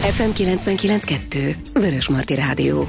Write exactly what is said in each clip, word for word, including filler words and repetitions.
ef em kilencvenkilenc kettő Vörösmarty Rádió.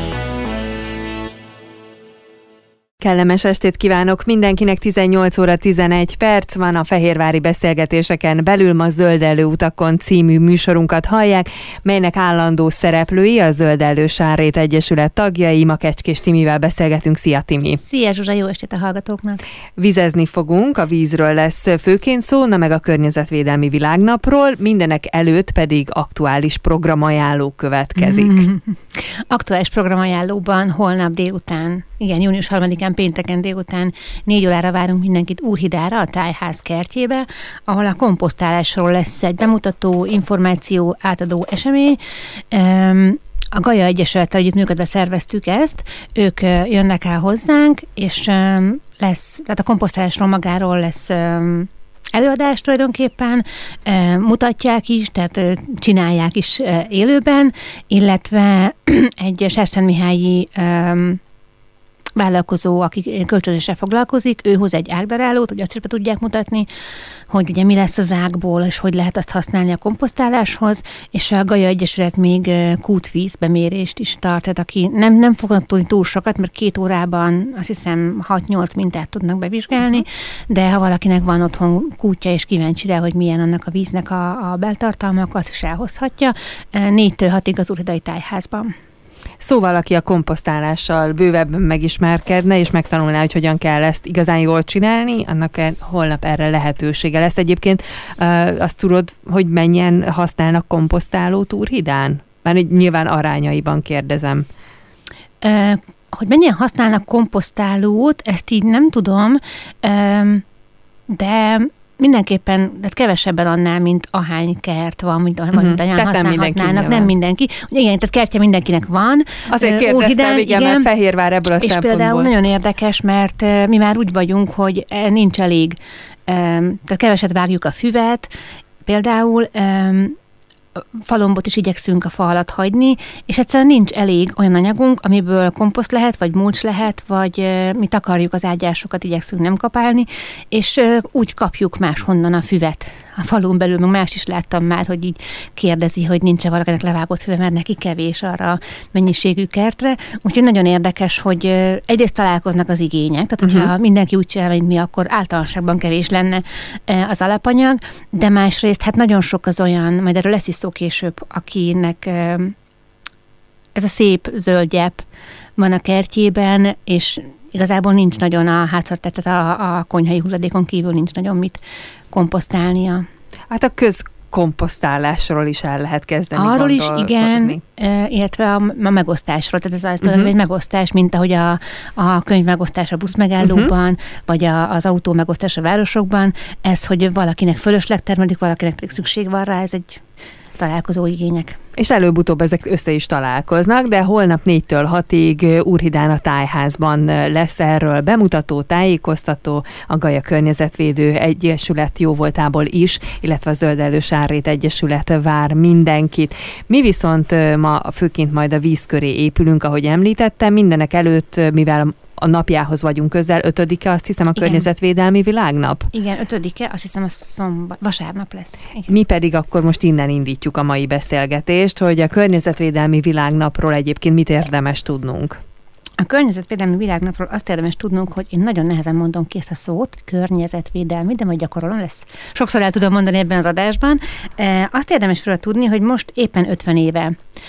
Kellemes estét kívánok mindenkinek, tizennyolc óra tizenegy perc van, a fehérvári beszélgetéseken belül ma Zöldellő utakon című műsorunkat hallják, melynek állandó szereplői a Zöldellő Sárrét Egyesület tagjai. Ma Kecskés Timivel beszélgetünk. Szia, Timi! Szia, Zsuzsa, jó estét a hallgatóknak! Vizezni fogunk, a vízről lesz főként szó, na meg a Környezetvédelmi Világnapról, mindenek előtt pedig aktuális programajánló következik. Mm. Aktuális programajánlóban holnap délután, igen, június harmadikán pénteken délután négy órára várunk mindenkit Úrhidára, a Tájház kertjébe, ahol a komposztálásról lesz egy bemutató, információ átadó esemény. A Gaia Egyesülettel együttműködve szerveztük ezt, ők jönnek el hozzánk, és lesz, tehát a komposztálásról magáról lesz előadás tulajdonképpen, mutatják is, tehát csinálják is élőben, illetve egy Sárszentmihályi vállalkozó, aki kölcsönzéssel foglalkozik, ő hoz egy ágdarálót, hogy azt is be tudják mutatni, hogy ugye mi lesz az ágból, és hogy lehet azt használni a komposztáláshoz, és a Gaia Egyesület még kútvíz bemérést is tart, tehát aki nem, nem fognak tudni túl sokat, mert két órában azt hiszem hat-nyolc mintát tudnak bevizsgálni, de ha valakinek van otthon kútja, és kíváncsi rá, hogy milyen annak a víznek a, a beltartalma, akkor azt is elhozhatja. négytől hatig az Úrhidai Tájházban. Szóval, aki a komposztálással bővebben megismerkedne, és megtanulná, hogy hogyan kell ezt igazán jól csinálni, annak holnap erre lehetősége lesz. Egyébként azt tudod, hogy mennyien használnak komposztálót Úrhidán? Már nyilván arányaiban kérdezem. E, hogy mennyien használnak komposztálót, ezt így nem tudom, de mindenképpen, de kevesebben annál, mint ahány kert van, mint uh-huh. amit anyán használhatnának, nem mindenki. Igen, tehát kertje mindenkinek van. Azért kérdeztem, Úrhidán, igen, igen, mert Fehérvár ebből a és szempontból. És például nagyon érdekes, mert mi már úgy vagyunk, hogy nincs elég, tehát keveset vágjuk a füvet, például falombot is igyekszünk a fa alatt hagyni, és egyszerűen nincs elég olyan anyagunk, amiből komposzt lehet, vagy mulcs lehet, vagy mi takarjuk az ágyásokat, igyekszünk nem kapálni, és úgy kapjuk máshonnan a füvet. A falun belül meg más is láttam már, hogy így kérdezi, hogy nincs-e valakinek levágott füve, mert neki kevés arra a mennyiségű kertre. Úgyhogy nagyon érdekes, hogy egyrészt találkoznak az igények, tehát hogyha uh-huh. mindenki úgy csinál, mint mi, akkor általánosságban kevés lenne az alapanyag, de másrészt hát nagyon sok az olyan, majd erről lesz is szó később, akinek ez a szép zöld gyep van a kertjében, és igazából nincs nagyon a háztartás, tehát a, a konyhai hulladékon kívül nincs nagyon mit komposztálnia. Hát a közkomposztálásról is el lehet kezdeni arról is, igen, illetve a, a megosztásról, tehát ez az uh-huh. egy megosztás, mint ahogy a, a könyv megosztás a buszmegállókban, uh-huh. vagy a, az autó megosztás a városokban, ez, hogy valakinek fölösleg termelik, valakinek pedig szükség van rá, ez egy találkozó igények. És előbb-utóbb ezek össze is találkoznak, de holnap négytől hatig Úrhidán a Tájházban lesz erről bemutató, tájékoztató, a Gaia Környezetvédő Egyesület jóvoltából is, illetve a Zöldellő Sárrét Egyesület vár mindenkit. Mi viszont ma főként majd a víz köré épülünk, ahogy említettem, mindenek előtt, mivel a napjához vagyunk közel, ötödike, azt hiszem a Igen. Környezetvédelmi Világnap. Igen, ötödike, azt hiszem a szombat, vasárnap lesz. Igen. Mi pedig akkor most innen indítjuk a mai beszélgetést, hogy a Környezetvédelmi Világnapról egyébként mit érdemes tudnunk. A Környezetvédelmi Világnapról azt érdemes tudnunk, hogy én nagyon nehezen mondom ki ezt a szót, környezetvédelmi, de majd gyakorolom lesz. Sokszor el tudom mondani ebben az adásban. E, azt érdemes róla tudni, hogy most éppen ötven éve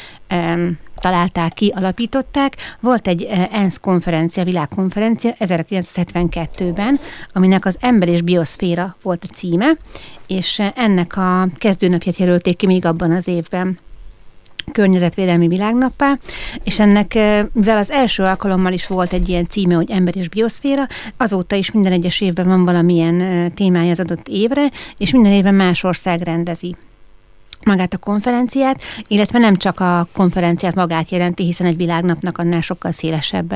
e, találták ki, alapították. Volt egy ENSZ konferencia, világkonferencia ezerkilencszázhetvenkettőben, aminek az Ember és Bioszféra volt a címe, és ennek a kezdőnapját jelölték ki még abban az évben Környezetvédelmi Világnappá, és ennek, mivel az első alkalommal is volt egy ilyen címe, hogy Ember és Bioszféra, azóta is minden egyes évben van valamilyen témája az adott évre, és minden évben más ország rendezi magát a konferenciát, illetve nem csak a konferenciát magát jelenti, hiszen egy világnapnak annál sokkal szélesebb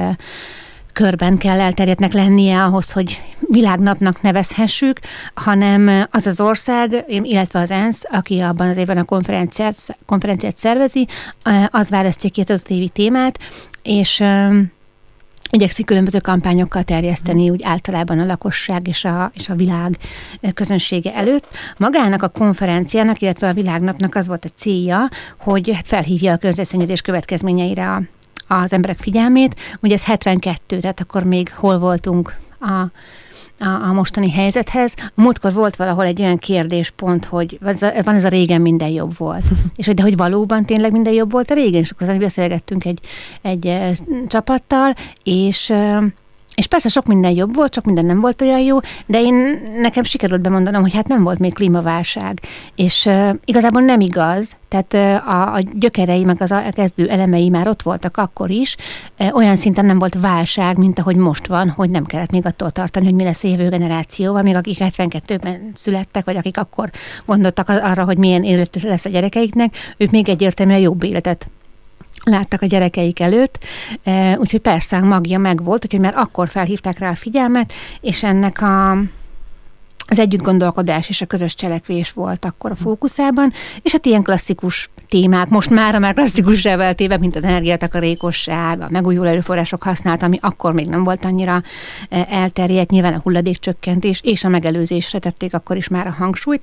körben kell elterjedtnek lennie ahhoz, hogy világnapnak nevezhessük, hanem az az ország, illetve az ENSZ, aki abban az évben a konferenciát, konferenciát szervezi, az választja ki az öt évi témát, és igyekszik különböző kampányokkal terjeszteni úgy általában a lakosság és a, és a világ közönsége előtt. Magának a konferenciának, illetve a világnapnak az volt a célja, hogy hát felhívja a környezetszennyezés következményeire a, az emberek figyelmét. Ugye ez hetvenkettő, tehát akkor még hol voltunk a A, a mostani helyzethez. A múltkor volt valahol egy olyan kérdéspont, hogy van ez a régen minden jobb volt. És hogy de hogy valóban tényleg minden jobb volt a régen, és akkor beszélgettünk egy, egy e, csapattal, és és persze sok minden jobb volt, csak minden nem volt olyan jó, de én nekem sikerült bemondanom, hogy hát nem volt még klímaválság. És uh, igazából nem igaz, tehát uh, a, a gyökerei, meg az a kezdő elemei már ott voltak akkor is, uh, olyan szinten nem volt válság, mint ahogy most van, hogy nem kellett még attól tartani, hogy mi lesz a jövő generációval, még akik hetvenkettőben születtek, vagy akik akkor gondoltak arra, hogy milyen élet lesz a gyerekeiknek, ők még egyértelműen jobb életet láttak a gyerekeik előtt, úgyhogy persze a magja megvolt, úgyhogy már akkor felhívták rá a figyelmet, és ennek a, az együttgondolkodás és a közös cselekvés volt akkor a fókuszában, és hát ilyen klasszikus témák, most már a már klasszikussá vált éve, mint az energiatakarékosság, a megújuló erőforrások használata, ami akkor még nem volt annyira elterjedt, nyilván a hulladékcsökkentés és a megelőzésre tették akkor is már a hangsúlyt.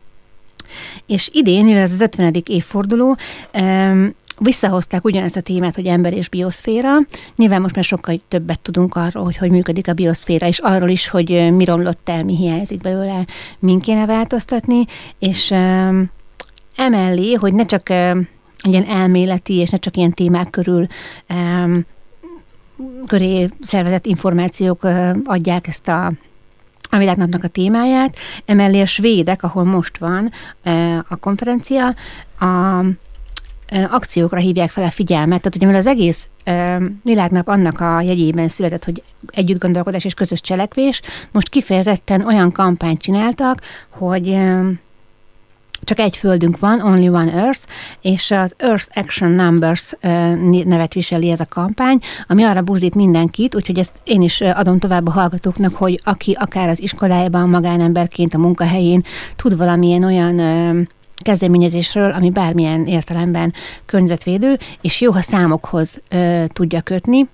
És idén, mivel ez az ötvenedik évforduló, visszahozták ugyanezt a témát, hogy ember és bioszféra. Nyilván most már sokkal többet tudunk arról, hogy hogy működik a bioszféra, és arról is, hogy mi romlott el, mi hiányzik belőle, min kéne változtatni, és um, emellé, hogy ne csak um, ilyen elméleti, és ne csak ilyen témák körül um, köré szervezett információk uh, adják ezt a a világnapnak a témáját, emellé a svédek, ahol most van uh, a konferencia, a akciókra hívják fel a figyelmet. Tehát ugye, mert az egész ö, világnap annak a jegyében született, hogy együttgondolkodás és közös cselekvés, most kifejezetten olyan kampányt csináltak, hogy ö, csak egy földünk van, Only One Earth, és az Earth Action Numbers nevet viseli ez a kampány, ami arra buzdít mindenkit, úgyhogy ezt én is adom tovább a hallgatóknak, hogy aki akár az iskolájában, magánemberként, a munkahelyén tud valamilyen olyan ö, kezdeményezésről, ami bármilyen értelemben környezetvédő, és jó, ha számokhoz ö, tudja kötni,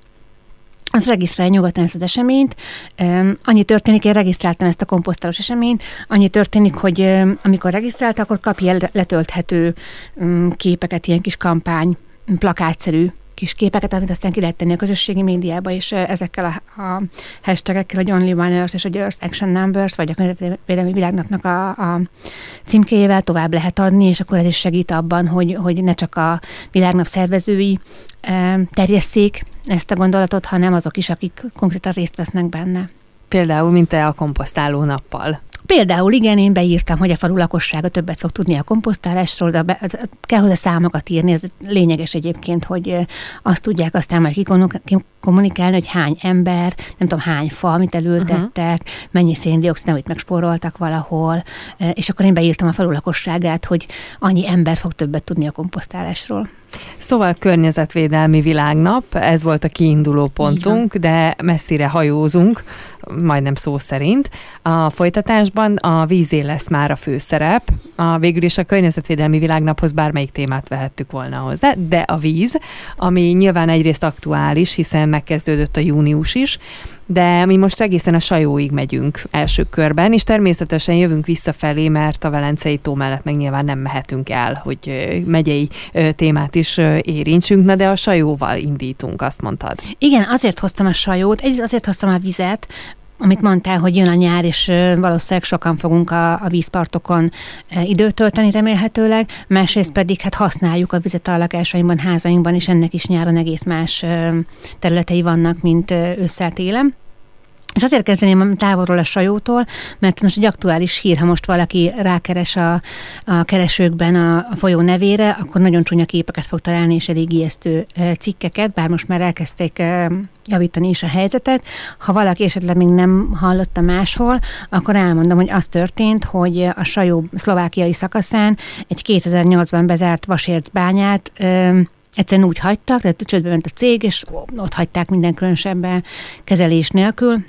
az regisztrálja nyugodtan ezt az eseményt. Ö, annyi történik, én regisztráltam ezt a komposztálós eseményt, annyi történik, hogy ö, amikor regisztrálta, akkor kapja letölthető ö, képeket, ilyen kis kampány, plakátszerű kis képeket, amit aztán ki lehet tenni a közösségi médiába, és ezekkel a, a hashtagekkel, hogy Only One Earth és a Earth Action Numbers, vagy a Környezetvédelmi Világnapnak a, a címkéjével tovább lehet adni, és akkor ez is segít abban, hogy, hogy ne csak a Világnap szervezői e, terjesszék ezt a gondolatot, hanem azok is, akik konkrétan részt vesznek benne. Például, mint te a komposztáló nappal. Például igen, én beírtam, hogy a falu lakossága többet fog tudni a komposztálásról, de be, kell hozzá számokat írni, ez lényeges egyébként, hogy azt tudják aztán majd kikommunikálni, hogy hány ember, nem tudom hány fa, amit elültettek, uh-huh. mennyi széndioxid, amit megspóroltak valahol, és akkor én beírtam a falu lakosságát, hogy annyi ember fog többet tudni a komposztálásról. Szóval Környezetvédelmi Világnap, ez volt a kiinduló pontunk, de messzire hajózunk, majdnem szó szerint. A folytatásban a vízé lesz már a főszerep. A, végül is a Környezetvédelmi Világnaphoz bármelyik témát vehettük volna hozzá, de a víz, ami nyilván egyrészt aktuális, hiszen megkezdődött a június is, de mi most egészen a Sajóig megyünk első körben, és természetesen jövünk visszafelé, mert a Velencei tó mellett meg nyilván nem mehetünk el, hogy megyei témát is érintsünk, na de a Sajóval indítunk, azt mondtad. Igen, azért hoztam a Sajót, egyrészt azért hoztam a vizet, amit mondtál, hogy jön a nyár, és valószínűleg sokan fogunk a, a vízpartokon időt tölteni remélhetőleg, másrészt pedig hát használjuk a vizet a lakásainkban, házainkban, és ennek is nyáron egész más területei vannak, mint ősszel télen. És azért kezdeném távolról a Sajótól, mert most egy aktuális hír, ha most valaki rákeres a, a keresőkben a, a folyó nevére, akkor nagyon csúnya képeket fog találni, és elég ijesztő cikkeket, bár most már elkezdték javítani is a helyzetet. Ha valaki esetleg még nem hallotta máshol, akkor elmondom, hogy az történt, hogy a Sajó szlovákiai szakaszán egy kétezer-nyolcban bezárt vasércbányát egyszerűen úgy hagytak, tehát csődbe ment a cég, és ott hagyták minden különösebben kezelés nélkül.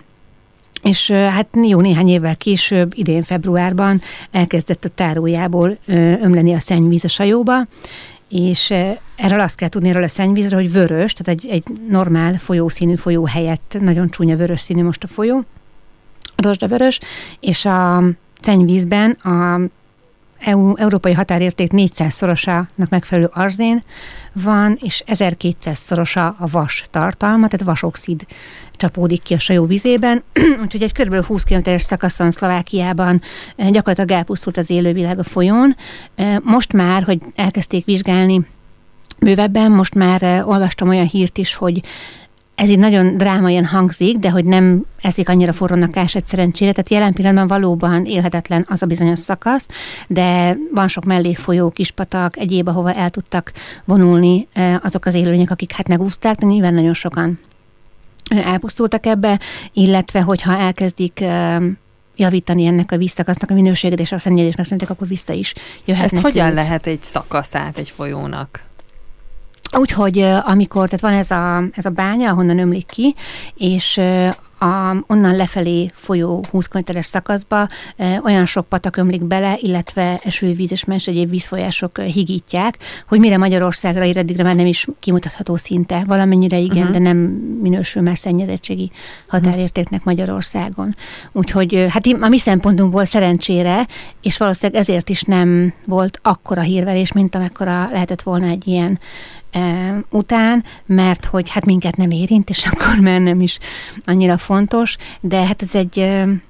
És hát jó néhány évvel később, idén februárban elkezdett a tárójából ömleni a szennyvíz a Sajóba, és erről azt kell tudni erről a szennyvízről, hogy vörös, tehát egy, egy normál folyószínű folyó helyett nagyon csúnya vörös színű most a folyó, rozsdavörös, és a szennyvízben a E U, európai határérték négyszázszorosának megfelelő arzén van, és ezerkétszáz-szorosa a vas tartalma, tehát vasoxid csapódik ki a sajó vizében, úgyhogy egy kb. húsz kilométeres szakaszon Szlovákiában gyakorlatilag elpusztult az élővilág a folyón. Most már, hogy elkezdték vizsgálni bővebben, most már olvastam olyan hírt is, hogy ez így nagyon drámaian hangzik, de hogy nem eszik annyira forrónak ásett szerencsére, tehát jelen pillanatban valóban élhetetlen az a bizonyos szakasz, de van sok mellékfolyó, kispatak, egyéb, ahova el tudtak vonulni azok az élőlények, akik hát megúszták, de nyilván nagyon sokan elpusztultak ebbe, illetve hogyha elkezdik javítani ennek a vízszakasznak a minőségét, és a szennyezés megszűntek, akkor vissza is jöhetnek. Ezt hogyan lehet egy szakaszát egy folyónak? Úgyhogy amikor, tehát van ez a, ez a bánya, ahonnan ömlik ki, és a, onnan lefelé folyó húsz kilométeres szakaszba e, olyan sok patak ömlik bele, illetve esővíz és más egyéb vízfolyások higítják, hogy mire Magyarországra ér, eddigre már nem is kimutatható szinte. Valamennyire igen, uh-huh. de nem minősül már szennyezettségi határértéknek Magyarországon. Úgyhogy hát a mi szempontunkból szerencsére, és valószínűleg ezért is nem volt akkora hírverés, mint amekkora lehetett volna egy ilyen után, mert hogy hát minket nem érint, és akkor már nem is annyira fontos, de hát ez egy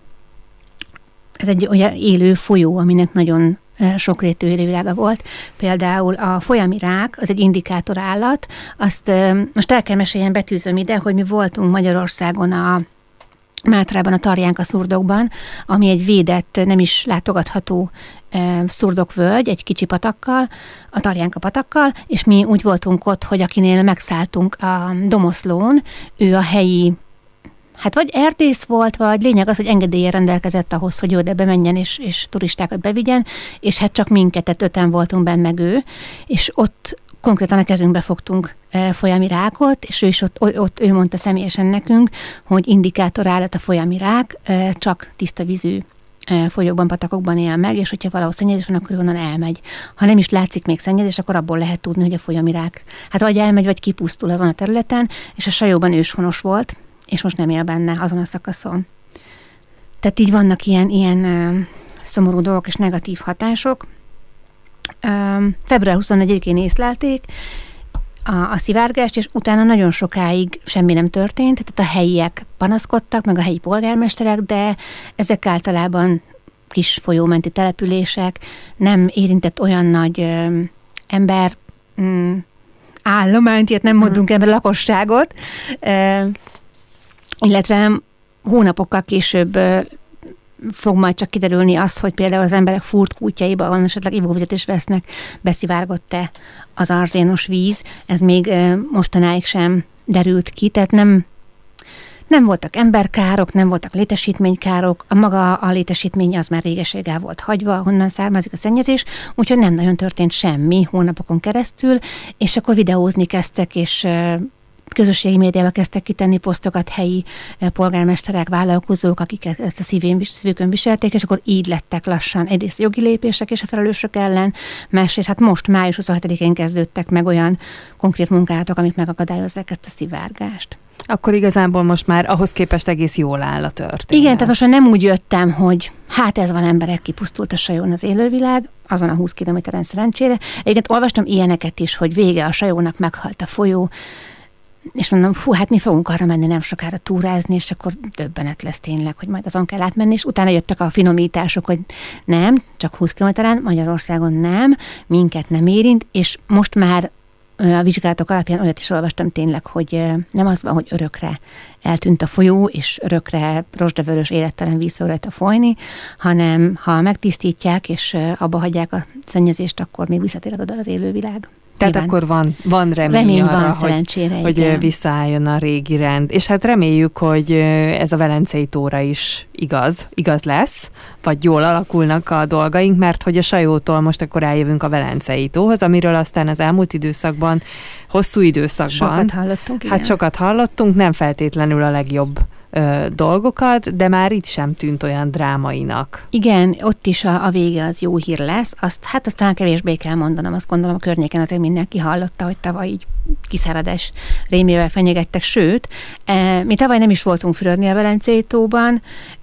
ez egy olyan élő folyó, aminek nagyon sokrétű élővilága volt. Például a folyami rák, az egy indikátor állat, azt most el kell meséljen, betűzöm ide, hogy mi voltunk Magyarországon a Mátrában, a Tarjánka szurdokban, ami egy védett, nem is látogatható e, szurdokvölgy, egy kicsi patakkal, a Tarjánka patakkal, és mi úgy voltunk ott, hogy akinél megszálltunk a Domoszlón, ő a helyi, hát vagy erdész volt, vagy lényeg az, hogy engedéllyel rendelkezett ahhoz, hogy oda bemenjen és, és turistákat bevigyen, és hát csak minket, tehát öten voltunk benne meg ő, és ott konkrétan a kezünkbe fogtunk e, folyami rákot, és ő is ott, ott ő mondta személyesen nekünk, hogy indikátor állat a folyami rák, e, csak tiszta vízű e, folyókban, patakokban él meg, és hogyha valahol szennyezés van, akkor onnan elmegy. Ha nem is látszik még szennyezés, akkor abból lehet tudni, hogy a folyami rák hát vagy elmegy, vagy kipusztul azon a területen, és a sajóban őshonos volt, és most nem él benne azon a szakaszon. Tehát így vannak ilyen, ilyen e, szomorú dolgok és negatív hatások. Um, február huszonegyedikén észlelték a, a szivárgást, és utána nagyon sokáig semmi nem történt, tehát a helyiek panaszkodtak, meg a helyi polgármesterek, de ezek általában kis folyómenti települések, nem érintett olyan nagy ö, ember mm, állományt, ilyet nem mondunk ebben lakosságot, ö, illetve hónapokkal később ö, fog majd csak kiderülni az, hogy például az emberek fúrt kútjaiba, van esetleg ivóvizet is vesznek, beszivárgott-e az arzénos víz. Ez még mostanáig sem derült ki, tehát nem, nem voltak emberkárok, nem voltak létesítménykárok, a maga a létesítmény az már régeséggel volt hagyva, honnan származik a szennyezés, úgyhogy nem nagyon történt semmi hónapokon keresztül, és akkor videózni kezdtek, és közösségi médiába kezdtek kitenni posztokat helyi polgármesterek, vállalkozók, akik ezt a szívén, szívükön viselték, és akkor így lettek lassan egyrészt jogi lépések és a felelősök ellen, másrészt hát most május huszonhetedikén kezdődtek meg olyan konkrét munkálatok, amik megakadályozzák ezt a szivárgást. Akkor igazából most már ahhoz képest egész jól áll a történet. Igen, tehát most már nem úgy jöttem, hogy hát ez van, emberek, kipusztult a sajón az élővilág, azon a húsz kilométeren szerencsére. Egyébként olvastam ilyeneket is, hogy vége a sajónak, meghalt a folyó, és mondom, fú, hát mi fogunk arra menni nem sokára túrázni, és akkor döbbenet lesz tényleg, hogy majd azon kell átmenni, és utána jöttek a finomítások, hogy nem, csak húsz kilométeren, Magyarországon nem, minket nem érint, és most már a vizsgálatok alapján olyat is olvastam tényleg, hogy nem az van, hogy örökre eltűnt a folyó, és örökre rozsdavörös élettelen víz fog rajta folyni, hanem ha megtisztítják, és abba hagyják a szennyezést, akkor még visszatérhet oda az élővilág. Tehát nyilván akkor van, van remény, remény arra, van, hogy, hogy visszaálljon a régi rend. És hát reméljük, hogy ez a Velencei tóra is igaz, igaz lesz, vagy jól alakulnak a dolgaink, mert hogy a sajótól most akkor eljövünk a Velencei tóhoz, amiről aztán az elmúlt időszakban, hosszú időszakban. Sokat hallottunk, igen. Hát sokat hallottunk, nem feltétlenül a legjobb ö, dolgokat, de már itt sem tűnt olyan drámainak. Igen, ott is a, a vége az jó hír lesz. Azt, hát aztán kevésbé kell mondanom, azt gondolom a környéken azért mindenki hallotta, hogy tavaly így kiszáradás rémével fenyegettek, sőt, e, mi tavaly nem is voltunk fürödni a Velencei tóban,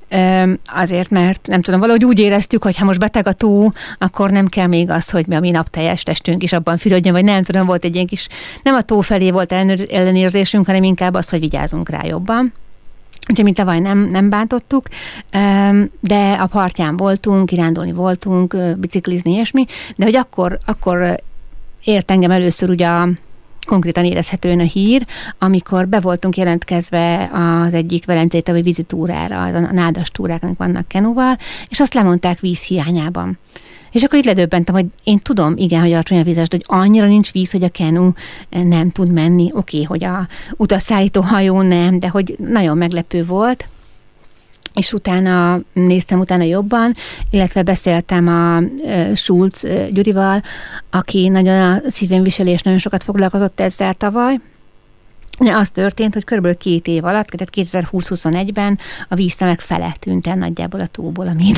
azért, mert nem tudom, valahogy úgy éreztük, hogy ha most beteg a tó, akkor nem kell még az, hogy mi a mi napteljes testünk is abban fürödjön, vagy nem tudom, volt egy ilyen kis, nem a tó felé volt ellenérzésünk, hanem inkább az, hogy vigyázunk rá jobban. Úgyhogy mi tavaly nem, nem bántottuk, de a partján voltunk, kirándulni voltunk, biciklizni, ilyesmi, de hogy akkor, akkor ért engem először ugye a konkrétan érezhetően a hír, amikor be voltunk jelentkezve az egyik Velencei tavi vizitúrára, az a nádas túrák, amik vannak kenúval, és azt lemondták víz hiányában. És akkor így ledöbbentem, hogy én tudom, igen, hogy alacsony a vízes, de hogy annyira nincs víz, hogy a kenú nem tud menni. Oké, okay, hogy a utasszállító hajó nem, de hogy nagyon meglepő volt. És utána néztem utána jobban, illetve beszéltem a Schulz Gyurival, aki nagyon a szívén viseli, és nagyon sokat foglalkozott ezzel tavaly. Az történt, hogy körülbelül két év alatt, tehát kétezer-húsz-huszonegyben a víztömeg fele tűnt el nagyjából a tóból, ami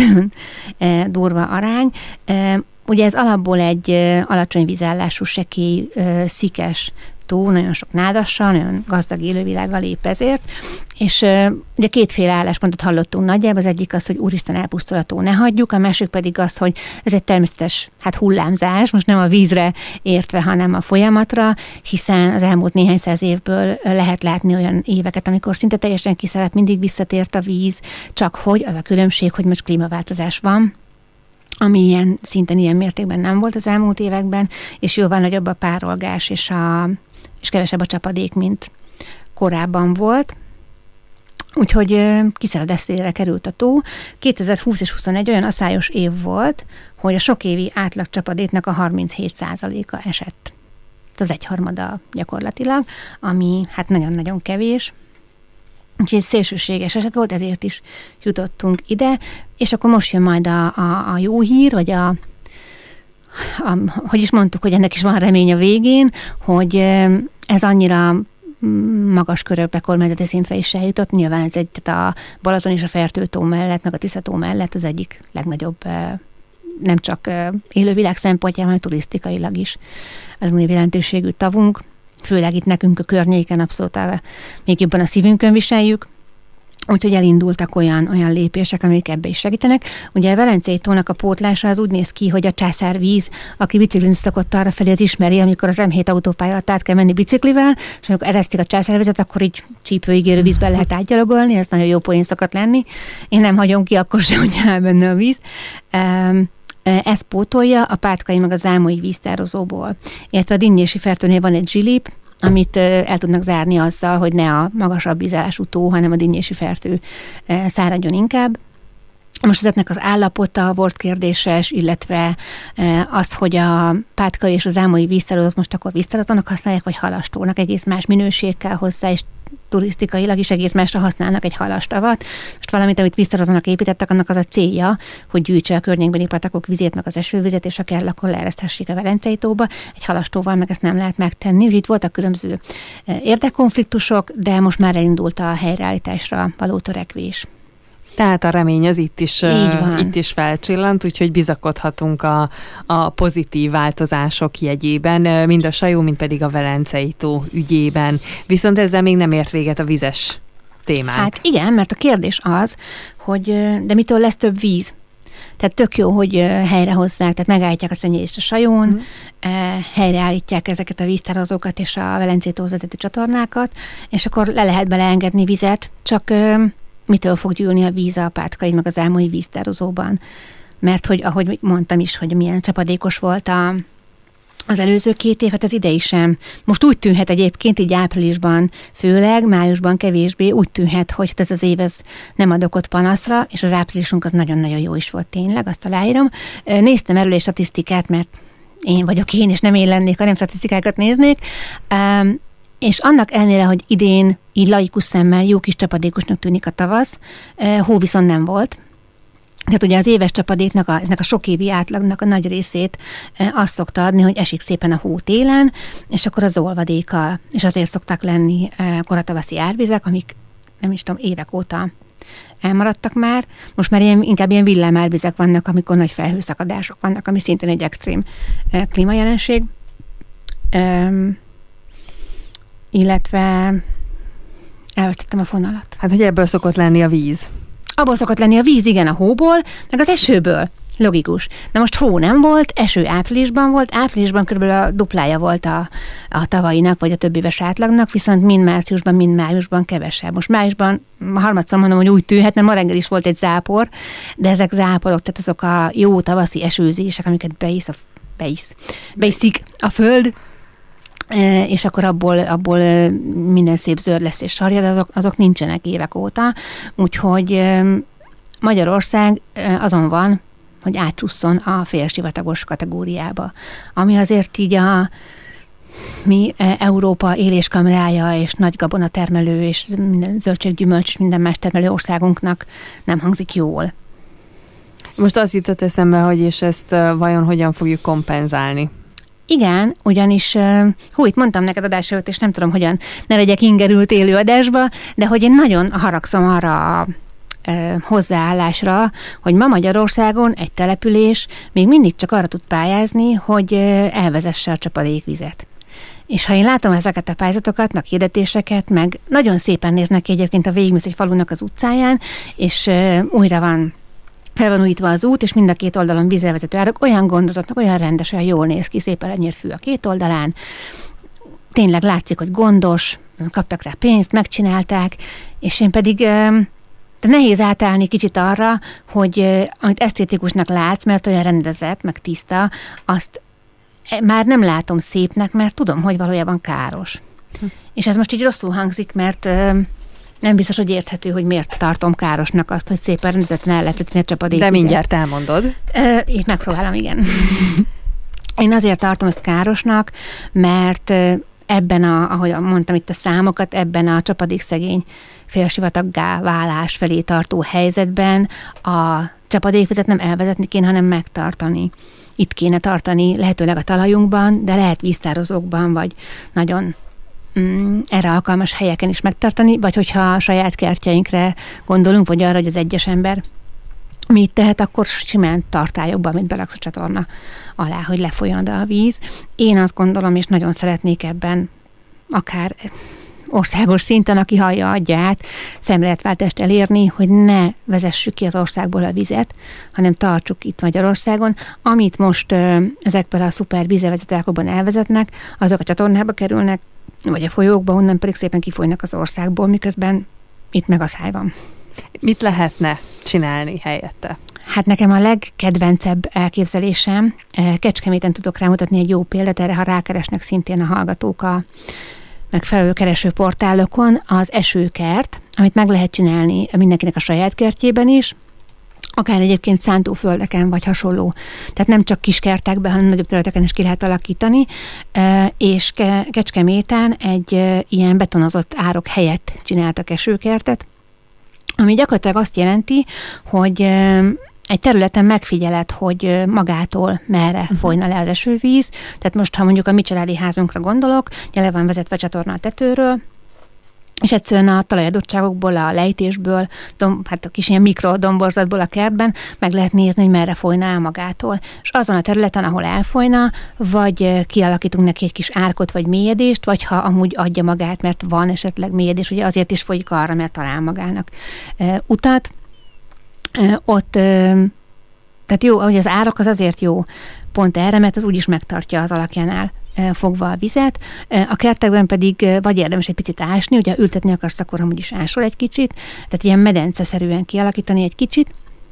durva arány. Ugye ez alapból egy alacsony vízállású, sekély, szikes tó, nagyon sok nádassal, nagyon gazdag élővilággal épp ezért, és uh, ugye kétféle álláspontot hallottunk nagyjából, az egyik az, hogy úristen, elpusztul a tó, ne hagyjuk, a másik pedig az, hogy ez egy természetes hát hullámzás, most nem a vízre értve, hanem a folyamatra, hiszen az elmúlt néhány száz évből lehet látni olyan éveket, amikor szinte teljesen kiszáradt, mindig visszatért a víz, csak hogy az a különbség, hogy most klímaváltozás van, ami ilyen, szinten ilyen mértékben nem volt az elmúlt években, és jóval nagyobb a párolgás, és, a, és kevesebb a csapadék, mint korábban volt. Úgyhogy kiszáradás szélére került a tó. kétezer-húsz és huszonegy olyan aszályos év volt, hogy a sok évi átlag csapadéknak a harminchét százaléka esett. Az egyharmada gyakorlatilag, ami hát nagyon-nagyon kevés. Úgyhogy egy szélsőséges eset volt, ezért is jutottunk ide, és akkor most jön majd a, a, a jó hír, vagy a, a, hogy is mondtuk, hogy ennek is van remény a végén, hogy ez annyira magas körökbe, kormányzati szintre is eljutott. Nyilván ez egy, tehát a Balaton és a Fertő-tó mellett, meg a Tisza-tó mellett az egyik legnagyobb, nem csak élővilág szempontjában, hanem turisztikailag is az legnagyobb jelentőségű tavunk. Főleg itt nekünk a környéken abszolút a, még jobban a szívünkön viseljük. Úgyhogy elindultak olyan, olyan lépések, amik ebbe is segítenek. Ugye a Velencei tónak a pótlása az úgy néz ki, hogy a császárvíz, aki biciklizni szokott arrafelé, az ismeri, amikor az em hét autópálya alatt át kell menni biciklivel, és amikor eresztik a császárvizet, akkor így csípőigérő vízben lehet átgyalogolni, ez nagyon jó poén szokott lenni. Én nem hagyom ki akkor sem, hogy áll benne a víz. Um, Ez pótolja a Pátkai meg a Zámoi víztározóból. Illetve a Dinnyési Fertőnél van egy zsilip, amit el tudnak zárni azzal, hogy ne a magasabb vízállású tó, hanem a Dinnyési Fertő száradjon inkább. Most ezeknek az állapota volt kérdéses, illetve az, hogy a Pátkai és a Zámoi víztározót most akkor víztározónak használják, vagy halastónak, egész más minőség kell hozzá, és turisztikailag is egész másra használnak egy halastavat. Most valamit, amit víztározónak építettek, annak az a célja, hogy gyűjtse a környékbeli patakok vizét, meg az esővizet, és ha kell, akkor leereszthessék a Velencei tóba. Egy halastóval meg ezt nem lehet megtenni. Úgyhogy itt voltak különböző érdekkonfliktusok, de most már elindult a helyreállításra való törekvés. Tehát a remény az itt is, itt is felcsillant, úgyhogy bizakodhatunk a, a pozitív változások jegyében, mind a Sajó, mind pedig a Velencei tó ügyében. Viszont ezzel még nem ért véget a vizes témánk. Hát igen, mert a kérdés az, hogy de mitől lesz több víz? Tehát tök jó, hogy helyrehozzák, tehát megállítják a szennyezést a Sajón, mm. helyreállítják ezeket a víztározókat és a Velencei tóhoz vezető csatornákat, és akkor le lehet beleengedni vizet, csak mitől fog gyűlni a víz a Pátkai meg az Zámoi víztározóban. Mert hogy, ahogy mondtam is, hogy milyen csapadékos volt a, az előző két év, hát az idei sem. Most úgy tűnhet egyébként, így áprilisban főleg, májusban kevésbé, úgy tűnhet, hogy ez az év ez nem ad okot panaszra, és az áprilisunk az nagyon-nagyon jó is volt tényleg, azt aláírom. Néztem erről egy statisztikát, mert én vagyok én, és nem én lennék, hanem statisztikákat néznék. Um, És annak ellenére, hogy idén így laikus szemmel jó kis csapadékosnak tűnik a tavasz, hó viszont nem volt. Tehát ugye az éves csapadéknak, a, a sok évi átlagnak a nagy részét azt szokta adni, hogy esik szépen a hó télen, és akkor az olvadéka, és azért szoktak lenni koratavaszi árvizek, amik nem is tudom, évek óta elmaradtak már. Most már ilyen, inkább ilyen villámárvizek vannak, amikor nagy felhőszakadások vannak, ami szintén egy extrém klímajelenség. Um, illetve elvesztettem a fonalat. Hát, hogy ebből szokott lenni a víz. Abból szokott lenni a víz, igen, a hóból, meg az esőből. Logikus. Na most hó nem volt, eső áprilisban volt, áprilisban körülbelül a duplája volt a, a tavalyinak, vagy a több éves átlagnak, viszont mind márciusban, mind májusban kevesebb. Most májusban, harmadszor mondom, hogy úgy tűnhet, mert ma reggel is volt egy zápor, de ezek záporok, tehát azok a jó tavaszi esőzések, amiket beisz a, beisz, beiszik a föld, és akkor abból, abból minden szép zöld lesz és sarja, de azok, azok nincsenek évek óta. Úgyhogy Magyarország azon van, hogy átcsusszon a félsivatagos kategóriába. Ami azért így a mi Európa éléskamrája és nagy gabonatermelő és minden zöldséggyümölcs és minden más termelő országunknak nem hangzik jól. Most az jutott eszembe, hogy és ezt vajon hogyan fogjuk kompenzálni? Igen, ugyanis, hú, itt mondtam neked adás előtt, és nem tudom, hogyan ne legyek ingerült élő adásba, de hogy én nagyon haragszom arra a hozzáállásra, hogy ma Magyarországon egy település még mindig csak arra tud pályázni, hogy elvezesse a csapadékvizet. És ha én látom ezeket a pályázatokat, meg hirdetéseket, meg nagyon szépen néznek ki egyébként a végigmész egy falunak az utcáján, és újra van fel van újítva az út, és mind a két oldalon vízzel vezető árak olyan gondozatnak, olyan rendes, olyan jól néz ki, szépen lenyírt fű a két oldalán. Tényleg látszik, hogy gondos, kaptak rá pénzt, megcsinálták, és én pedig de nehéz átállni kicsit arra, hogy amit esztétikusnak látsz, mert olyan rendezett, meg tiszta, azt már nem látom szépnek, mert tudom, hogy valójában káros. Hm. És ez most így rosszul hangzik, mert nem biztos, hogy érthető, hogy miért tartom károsnak azt, hogy szépen rendezetten el lehet a csapadékvizet. De mindjárt elmondod. Így megpróbálom, igen. Én azért tartom ezt károsnak, mert ebben, a, ahogy mondtam itt a számokat, ebben a csapadékszegény félsivataggá válás felé tartó helyzetben a csapadékvizet nem elvezetni kéne, hanem megtartani. Itt kéne tartani lehetőleg a talajunkban, de lehet víztározókban, vagy nagyon mm, erre alkalmas helyeken is megtartani, vagy hogyha a saját kertjeinkre gondolunk, vagy arra, hogy az egyes ember mit tehet, akkor simán tartályokban, amit belaksz a csatorna alá, hogy lefolyjon a víz. Én azt gondolom, és nagyon szeretnék ebben akár országos szinten, aki hallja, adja át, szemléletváltást elérni, hogy ne vezessük ki az országból a vizet, hanem tartsuk itt Magyarországon. Amit most ö, ezekben a szuper vízvezetőákokban elvezetnek, azok a csatornába kerülnek, vagy a folyókba, onnan pedig szépen kifolynak az országból, miközben itt meg a száj van. Mit lehetne csinálni helyette? Hát nekem a legkedvencebb elképzelésem, Kecskeméten tudok rámutatni egy jó példát, erre ha rákeresnek szintén a hallgatók a megfelelő keresőportálokon, az esőkert, amit meg lehet csinálni mindenkinek a saját kertjében is, akár egyébként szántóföldeken, vagy hasonló. Tehát nem csak kis kertekben, hanem nagyobb területeken is ki lehet alakítani, és Kecskeméten egy ilyen betonozott árok helyett csináltak esőkertet, ami gyakorlatilag azt jelenti, hogy egy területen megfigyeled, hogy magától merre uh-huh. folyna le az esővíz. Tehát most, ha mondjuk a mi családi házunkra gondolok, le van vezetve csatorna a tetőről, és egyszerűen a talajadottságokból, a lejtésből, dom, hát a kis ilyen mikrodomborzatból a kertben meg lehet nézni, hogy merre folyna el magától. És azon a területen, ahol elfolyna, vagy kialakítunk neki egy kis árkot, vagy mélyedést, vagy ha amúgy adja magát, mert van esetleg mélyedés, ugye azért is folyik arra, mert talál magának e, utat. E, ott, e, tehát jó, hogy az árak az azért jó pont erre, mert az úgyis megtartja az alakjánál fogva a vizet, a kertekben pedig vagy érdemes egy picit ásni, ugye ültetni akarsz, akkor amúgy is ásol egy kicsit, tehát ilyen medenceszerűen kialakítani egy kicsit,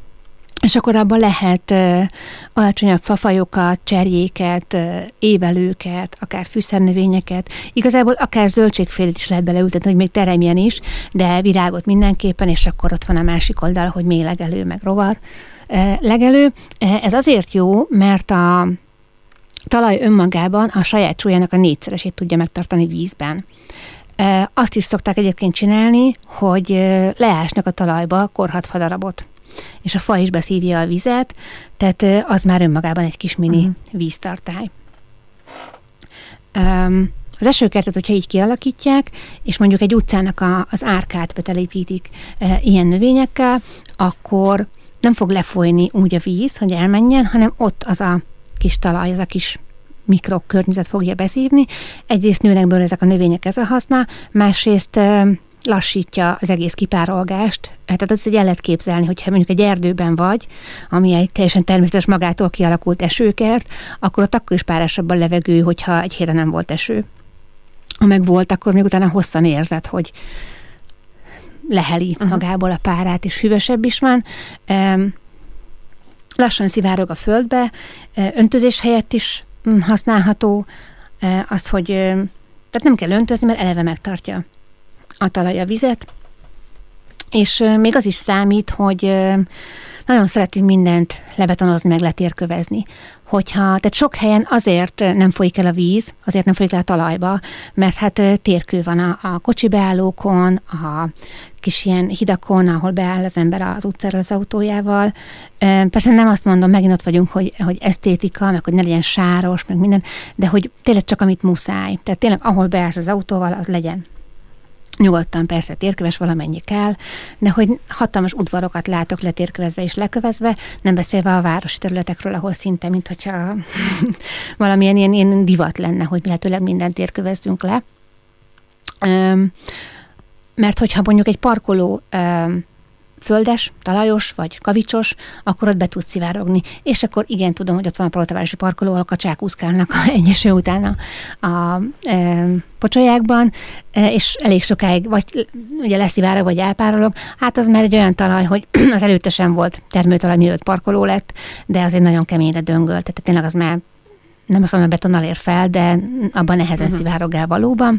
és akkor abban lehet alacsonyabb fafajokat, cserjéket, évelőket, akár fűszernövényeket, igazából akár zöldségfélét is lehet beleültetni, hogy még teremjen is, de virágot mindenképpen, és akkor ott van a másik oldal, hogy még legelő, meg rovar legelő. Ez azért jó, mert a talaj önmagában a saját súlyának a négyszeresét tudja megtartani vízben. Azt is szokták egyébként csinálni, hogy leásnak a talajba korhatfadarabot, és a fa is beszívja a vizet, tehát az már önmagában egy kis mini uh-huh. víztartály. az esőkertet, hogyha így kialakítják, és mondjuk egy utcának a, az árkát betelepítik e, ilyen növényekkel, akkor nem fog lefolyni úgy a víz, hogy elmenjen, hanem ott az a kis talaj, az a kis mikrokörnyezet fogja beszívni. Egyrészt nőnek belőle ezek a növények, ez a haszna, másrészt e, lassítja az egész kipárolgást. Tehát azt így el lehet képzelni, hogyha mondjuk egy erdőben vagy, ami egy teljesen természetes magától kialakult esőkert, akkor ott akkor is párásabb a levegő, hogyha egy héten nem volt eső. Ha meg volt, akkor még utána hosszan érzed, hogy leheli uh-huh. magából a párát, és hűvösebb is van. Lassan szivárog a földbe, öntözés helyett is használható az, hogy tehát nem kell öntözni, mert eleve megtartja a talaj a vizet, és még az is számít, hogy nagyon szeretünk mindent lebetonozni, meg letérkövezni. Hogyha, tehát sok helyen azért nem folyik el a víz, azért nem folyik el a talajba, mert hát térkő van a, a kocsi beállókon, a kis ilyen hidakon, ahol beáll az ember az utcáról az autójával. Persze nem azt mondom, megint ott vagyunk, hogy, hogy esztétika, meg hogy ne legyen sáros, meg minden, de hogy tényleg csak amit muszáj. Tehát tényleg ahol beállsz az autóval, az legyen. Nyugodtan persze térköves valamennyi kell, de hogy hatalmas udvarokat látok letérkövezve és lekövezve, nem beszélve a városi területekről, ahol szinte, mint hogyha valamilyen ilyen, ilyen divat lenne, hogy lehetőleg mindent térkövezzünk le. Öm, mert hogyha mondjuk egy parkoló öm, földes, talajos vagy kavicsos, akkor ott be tud szivárogni. És akkor igen, tudom, hogy ott van a Palotavárosi parkoló, ahol a kacsák úszkálnak egy eső után a, a e, pocsolyákban, e, és elég sokáig, vagy ugye leszivárog, vagy elpárolog, hát az már egy olyan talaj, hogy az előtte sem volt termőtalaj, mielőtt parkoló lett, de azért nagyon keményre döngölt, tehát tényleg az már nem azt mondom, betonnal ér fel, de abban nehezen uh-huh. szivárog el valóban.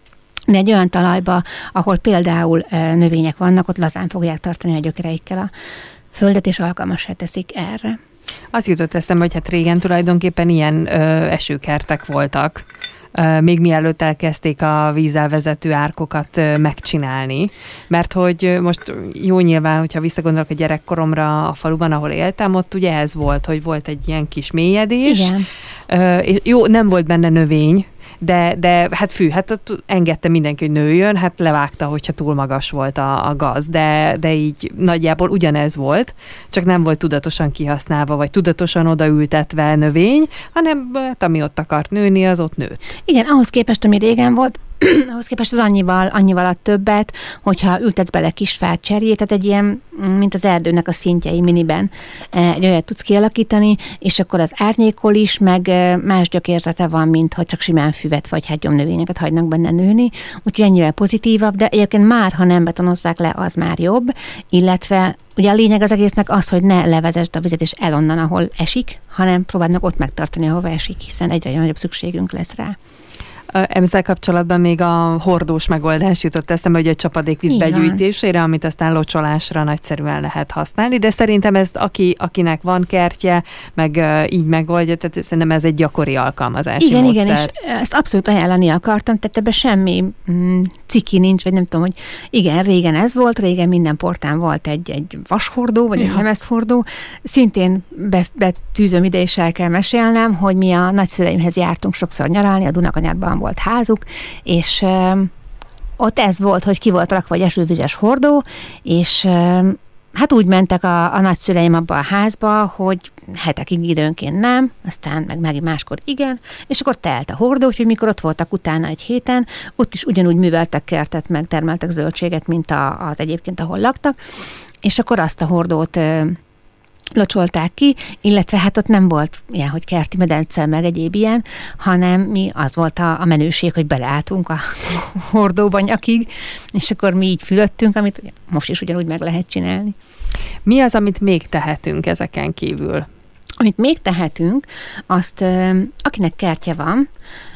De egy olyan talajba, ahol például növények vannak, ott lazán fogják tartani a gyökereikkel a földet, és alkalmassá teszik erre. Az jutott eszembe, hogy hát régen tulajdonképpen ilyen ö, esőkertek voltak, ö, még mielőtt elkezdték a vízzel vezető árkokat ö, megcsinálni, mert hogy most jó nyilván, hogyha visszagondolok a gyerekkoromra a faluban, ahol éltem, ott ugye ez volt, hogy volt egy ilyen kis mélyedés. Igen. Ö, és jó, nem volt benne növény, De, de hát fű, hát ott engedte mindenki, hogy nőjön, hát levágta, hogyha túl magas volt a, a gaz, de, de így nagyjából ugyanez volt, csak nem volt tudatosan kihasználva, vagy tudatosan odaültetve növény, hanem hát, ami ott akart nőni, az ott nőtt. Igen, ahhoz képest, ami régen volt, ahhoz képest az annyival, annyival ad többet, hogyha ültetsz bele kisfát, cserjét, tehát egy ilyen, mint az erdőnek a szintjei miniben egy olyat tudsz kialakítani, és akkor az árnyékol is, meg más gyökérzete van, mint ha csak simán füvet vagy hegyomnövényeket hagynak benne nőni, úgyhogy ennyivel pozitívabb, de egyébként már, ha nem betonozzák le, az már jobb, illetve ugye a lényeg az egésznek az, hogy ne levezesd a vizet és el onnan, ahol esik, hanem próbáld meg ott megtartani, ahova esik, hiszen egyre nagyobb szükségünk lesz rá. Ezzel kapcsolatban még a hordós megoldás jutott eszembe, hogy a csapadékvíz begyűjtésére, amit aztán locsolásra nagyszerűen lehet használni, de szerintem ezt aki, akinek van kertje, meg uh, így megoldja, tehát szerintem ez egy gyakori alkalmazási igen, módszer. Igen, és ezt abszolút ajánlani akartam, tehát ebben semmi mm, ciki nincs, vagy nem tudom, hogy igen, régen ez volt, régen minden portán volt egy, egy vashordó, vagy ja. egy lemezhordó. Szintén betűzöm ide, és el kell mesélnem, hogy mi a nagyszüleimhez jártunk sokszor nyaralni, a Dunakanyarban volt házuk, és ö, ott ez volt, hogy ki volt rakva egy esővizes hordó, és ö, hát úgy mentek a, a nagyszüleim abba a házba, hogy hetekig időnként nem, aztán meg, meg máskor igen, és akkor telt a hordó, úgyhogy mikor ott voltak utána egy héten, ott is ugyanúgy műveltek kertet, meg termeltek zöldséget, mint a, az egyébként, ahol laktak, és akkor azt a hordót ö, locsolták ki, illetve hát ott nem volt ilyen, hogy kerti medence, meg egyéb ilyen, hanem mi az volt a, a menőség, hogy beleálltunk a hordóba nyakig, és akkor mi így fülöttünk, amit ugye most is ugyanúgy meg lehet csinálni. Mi az, amit még tehetünk ezeken kívül? Amit még tehetünk, azt akinek kertje van,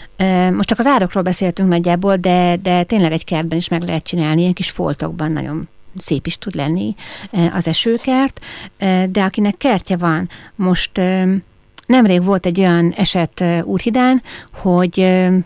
most csak az árokról beszéltünk nagyjából, de, de tényleg egy kertben is meg lehet csinálni, ilyen kis foltokban nagyon szép is tud lenni az esőkert, de akinek kertje van, most nemrég volt egy olyan eset Úrhidán, hogy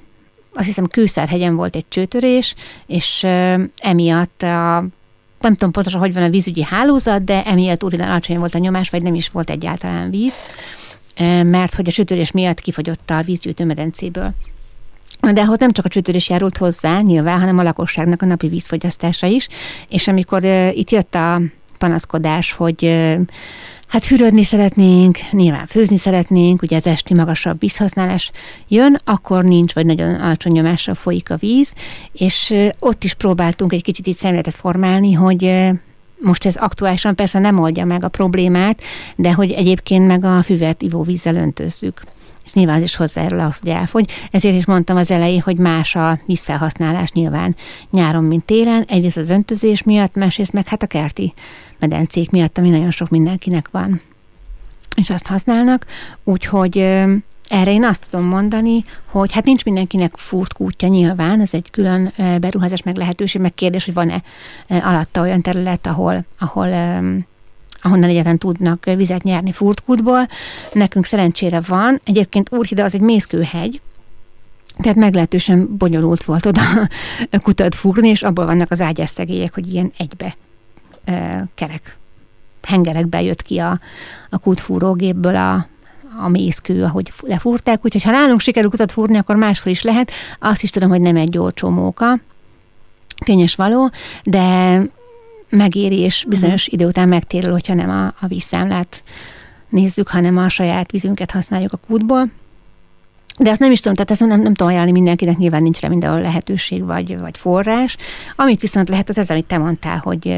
azt hiszem Kőszárhegyen volt egy csőtörés, és emiatt a nem tudom pontosan, hogy van a vízügyi hálózat, de emiatt Úrhidán alacsony volt a nyomás, vagy nem is volt egyáltalán víz, mert hogy a csőtörés miatt kifogyott a vízgyűjtőmedencéből. De ahhoz nem csak a csőtörés járult hozzá nyilván, hanem a lakosságnak a napi vízfogyasztása is, és amikor uh, itt jött a panaszkodás, hogy uh, hát fürödni szeretnénk, nyilván főzni szeretnénk, ugye az esti magasabb vízhasználás jön, akkor nincs, vagy nagyon alacsony nyomással folyik a víz, és uh, ott is próbáltunk egy kicsit itt szemléletet formálni, hogy uh, most ez aktuálisan persze nem oldja meg a problémát, de hogy egyébként meg a füvet ivóvízzel öntözzük. És nyilván az is hozzájárul ahhoz, hogy elfogy. Ezért is mondtam az elején, hogy más a vízfelhasználás nyilván nyáron, mint télen. Egyrészt az öntözés miatt, másrészt meg hát a kerti medencék miatt, ami nagyon sok mindenkinek van. És azt használnak. Úgyhogy erre én azt tudom mondani, hogy hát nincs mindenkinek fúrt kútja nyilván, ez egy külön beruházás, meg lehetőség, meg kérdés, hogy van-e alatta olyan terület, ahol, ahol ahonnan egyáltalán tudnak vizet nyerni furtkútból. Nekünk szerencsére van. Egyébként Úrhida az egy mészkőhegy, tehát meglehetősen bonyolult volt oda kutat fúrni, és abból vannak az ágyásszegélyek, hogy ilyen egybe e, kerek hengerekbe jött ki a, a kútfúrógépből a, a mészkő, ahogy lefúrták. Úgyhogy ha nálunk sikerül kutat fúrni, akkor máshol is lehet. Azt is tudom, hogy nem egy olcsó móka, tényes való, de megéri, és bizonyos idő után megtérül, hogyha nem a, a vízszámlát nézzük, hanem a saját vízünket használjuk a kútból. De azt nem is tudom, tehát ezt nem, nem tudom ajánlani mindenkinek, nyilván nincs rá mindenhol lehetőség vagy, vagy forrás. Amit viszont lehet, az ez, amit te mondtál, hogy,